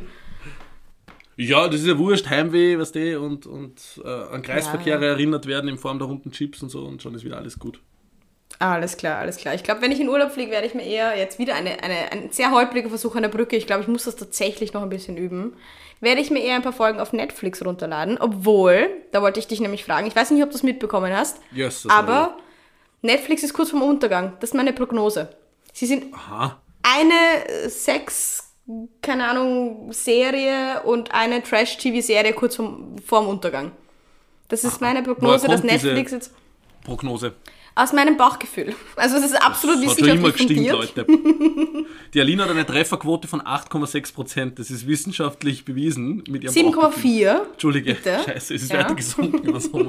Ja, das ist ja wurscht, Heimweh, weißt du, und an Kreisverkehre erinnert werden in Form der runden Chips und so und schon ist wieder alles gut. Alles klar. Ich glaube, wenn ich in Urlaub fliege, werde ich mir eher jetzt wieder ein sehr holpriger Versuch an der Brücke, ich glaube, ich muss das tatsächlich noch ein bisschen üben, werde ich mir eher ein paar Folgen auf Netflix runterladen, obwohl, da wollte ich dich nämlich fragen, ich weiß nicht, ob du es mitbekommen hast, yes, aber Netflix ist kurz vorm Untergang. Das ist meine Prognose. Sie sind eine keine Ahnung, Serie und eine Trash-TV-Serie kurz vorm Untergang. Das ist meine Prognose, dass Netflix jetzt... Prognose? Aus meinem Bauchgefühl. Also es ist absolut wissenschaftlich fundiert. Leute. Die Alina hat eine Trefferquote von 8,6%. Das ist wissenschaftlich bewiesen mit ihrem 7,4. Entschuldige, bitte. Scheiße, es ist weiter gesunken über Sommer.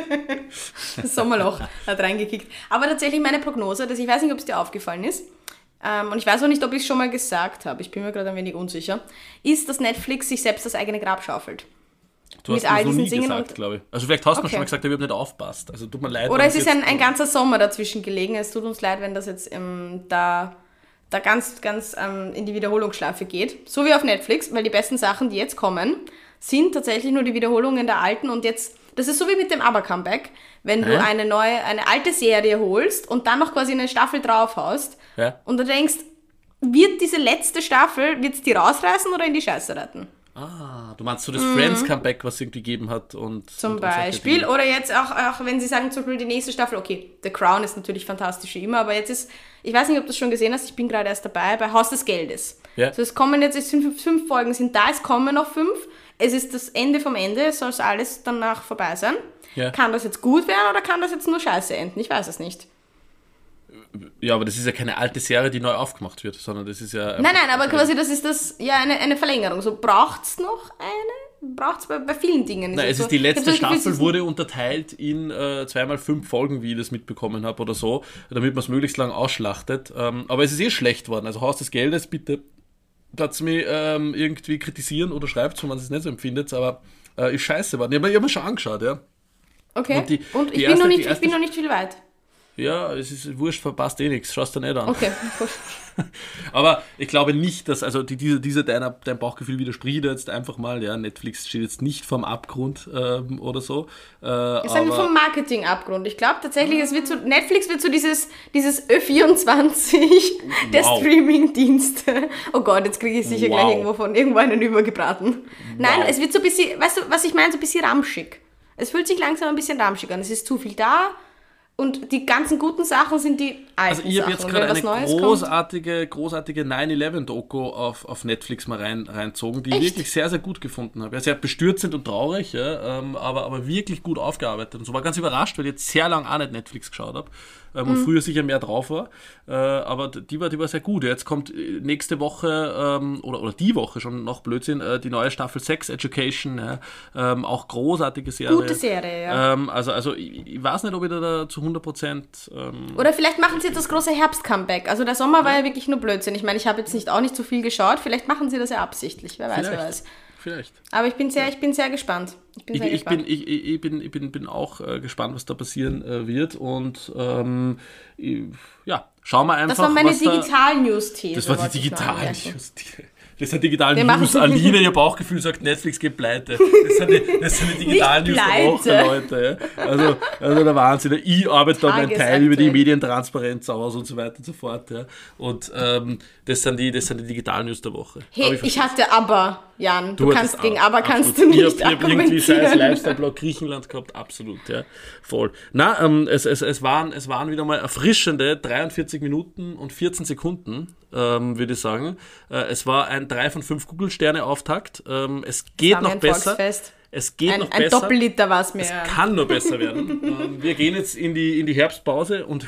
Das Sommerloch hat reingekickt. Aber tatsächlich meine Prognose, ich weiß nicht, ob es dir aufgefallen ist, und ich weiß auch nicht, ob ich es schon mal gesagt habe, ich bin mir gerade ein wenig unsicher, ist, dass Netflix sich selbst das eigene Grab schaufelt. Du hast das noch nie gesagt, glaube ich. Also vielleicht hast du mir schon mal gesagt, ich habe nicht aufgepasst. Also tut mir leid. Oder es ist ein ganzer Sommer dazwischen gelegen. Es tut uns leid, wenn das jetzt da ganz in die Wiederholungsschleife geht. So wie auf Netflix, weil die besten Sachen, die jetzt kommen, sind tatsächlich nur die Wiederholungen der alten. Und jetzt, das ist so wie mit dem Aber-Comeback, wenn du eine alte Serie holst und dann noch quasi eine Staffel draufhaust und du denkst, wird diese letzte Staffel, wird es die rausreißen oder in die Scheiße retten? Du meinst so das Friends-Comeback, was es irgendwie gegeben hat. Zum Beispiel. Oder jetzt auch, wenn sie sagen, zum Beispiel die nächste Staffel, okay, The Crown ist natürlich fantastisch wie immer, aber jetzt ist, ich weiß nicht, ob du das schon gesehen hast, ich bin gerade erst dabei, bei Haus des Geldes. Ja. Also es kommen jetzt, 5 Folgen sind da, es kommen noch 5. Es ist das Ende vom Ende, es soll alles danach vorbei sein. Ja. Kann das jetzt gut werden oder kann das jetzt nur scheiße enden? Ich weiß es nicht. Ja, aber das ist ja keine alte Serie, die neu aufgemacht wird, sondern das ist ja... Nein, aber quasi das ist eine Verlängerung. So, braucht's noch eine? Braucht's bei vielen Dingen. Nein, es ist die letzte Staffel, wurde unterteilt in 2x5 Folgen, wie ich das mitbekommen habe oder so, damit man es möglichst lang ausschlachtet. Aber es ist schlecht worden. Also Haus des Geldes, bitte lasst mich irgendwie kritisieren oder schreibt, wenn man es nicht so empfindet, aber ist scheiße geworden. Ich habe mir schon angeschaut, ja. Okay, und ich bin noch nicht viel weit. Ja, es ist wurscht, verpasst nichts, schaust du nicht an. Okay, gut. Aber ich glaube nicht, dass, also dein Bauchgefühl widerspricht jetzt einfach mal, ja, Netflix steht jetzt nicht vorm Abgrund oder so. Ich sage vom Marketing-Abgrund. Ich glaube tatsächlich, Netflix wird so dieses Ö24 der Streaming-Dienste. Oh Gott, jetzt kriege ich sicher gleich irgendwo einen übergebraten. Nein, es wird so ein bisschen, weißt du, was ich meine, so ein bisschen ramschig. Es fühlt sich langsam ein bisschen ramschig an. Es ist zu viel da. Und die ganzen guten Sachen sind die alten Sachen. Also ich habe jetzt gerade eine großartige 9/11-Doku auf Netflix mal reinzogen, die ich wirklich sehr, sehr gut gefunden habe. Ja, sehr bestürzend und traurig, ja, aber wirklich gut aufgearbeitet. Und so war ganz überrascht, weil ich jetzt sehr lange auch nicht Netflix geschaut habe und früher sicher mehr drauf war. Aber die war sehr gut. Jetzt kommt nächste Woche oder die Woche schon noch Blödsinn, die neue Staffel Sex Education, ja, auch großartige Serie. Gute Serie, ja. Also ich weiß nicht, ob ich da zu 100%... Oder vielleicht machen sie jetzt das große Herbst-Comeback. Also der Sommer war ja wirklich nur Blödsinn. Ich meine, ich habe jetzt auch nicht so viel geschaut. Vielleicht machen sie das ja absichtlich. Wer weiß. Vielleicht. Aber ich bin sehr gespannt. Ich bin auch gespannt, was da passieren wird. Und schauen wir einfach. Das war meine Digital-News-These. Das war die Digital-News-These. Das sind digitale News. Aline, ihr Bauchgefühl sagt, Netflix geht pleite. Das sind die digitalen News der Woche, Leute. Ja. Also der Wahnsinn. Ich arbeite da meinen Teil über die Medientransparenz aus und so weiter und so fort. Ja. Und das sind die digitalen News der Woche. Hey, ich hatte aber, Jan, du kannst gegen aber kannst du nicht Ich habe irgendwie scheiß Lifestyle-Blog Griechenland gehabt, absolut. Ja. Voll. Na, es waren wieder mal erfrischende 43 Minuten und 14 Sekunden, würde ich sagen. Es war ein 3 von 5 Google-Sterne-Auftakt. Es geht noch besser. Es geht noch besser. Ein Doppelliter war es mir. Es kann nur besser werden. Wir gehen jetzt in die Herbstpause und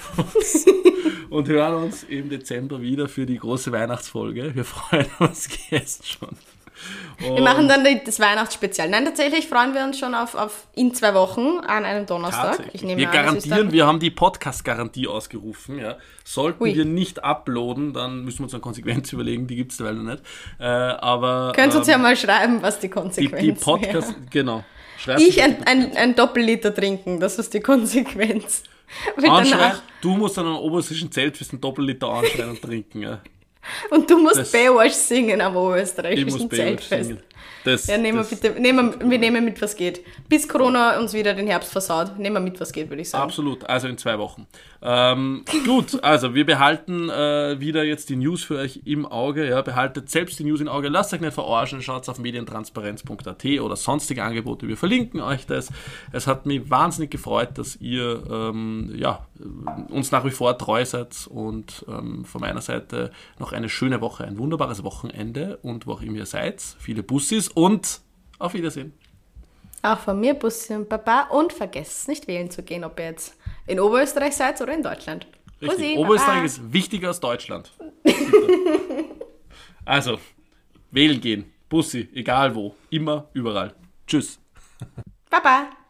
hören uns im Dezember wieder für die große Weihnachtsfolge. Wir freuen uns jetzt schon. Wir machen dann das Weihnachtsspezial. Nein, tatsächlich freuen wir uns schon auf in 2 Wochen an einem Donnerstag. Wir garantieren, wir haben die Podcast-Garantie ausgerufen. Ja. Sollten wir nicht uploaden, dann müssen wir uns eine Konsequenz überlegen, die gibt es derweil noch nicht. Könnt ihr uns ja mal schreiben, was die Konsequenz die Podcast, wäre. Genau. Ein Doppelliter trinken, das ist die Konsequenz. Anschreien, du musst dann am obersten Zelt für ein Doppelliter anschreien und trinken. Ja. Und du musst Baywatch singen am oberösterreichischen Baywatch Zeltfest. singen. Ja, wir nehmen mit, was geht. Bis Corona uns wieder den Herbst versaut. Nehmen wir mit, was geht, würde ich sagen. Absolut, also in 2 Wochen. Gut, also wir behalten wieder jetzt die News für euch im Auge. Ja, behaltet selbst die News im Auge. Lasst euch nicht verarschen. Schaut auf medientransparenz.at oder sonstige Angebote. Wir verlinken euch das. Es hat mich wahnsinnig gefreut, dass ihr uns nach wie vor treu seid. Und von meiner Seite noch eine schöne Woche, ein wunderbares Wochenende. Und wo auch immer ihr seid, viele Bussis und auf Wiedersehen. Auch von mir, Bussi und Papa. Und vergesst nicht wählen zu gehen, ob ihr jetzt in Oberösterreich seid oder in Deutschland. Richtig. Bussi, Oberösterreich Papa. ist wichtiger als Deutschland. Also, wählen gehen. Bussi, egal wo. Immer, überall. Tschüss. Baba.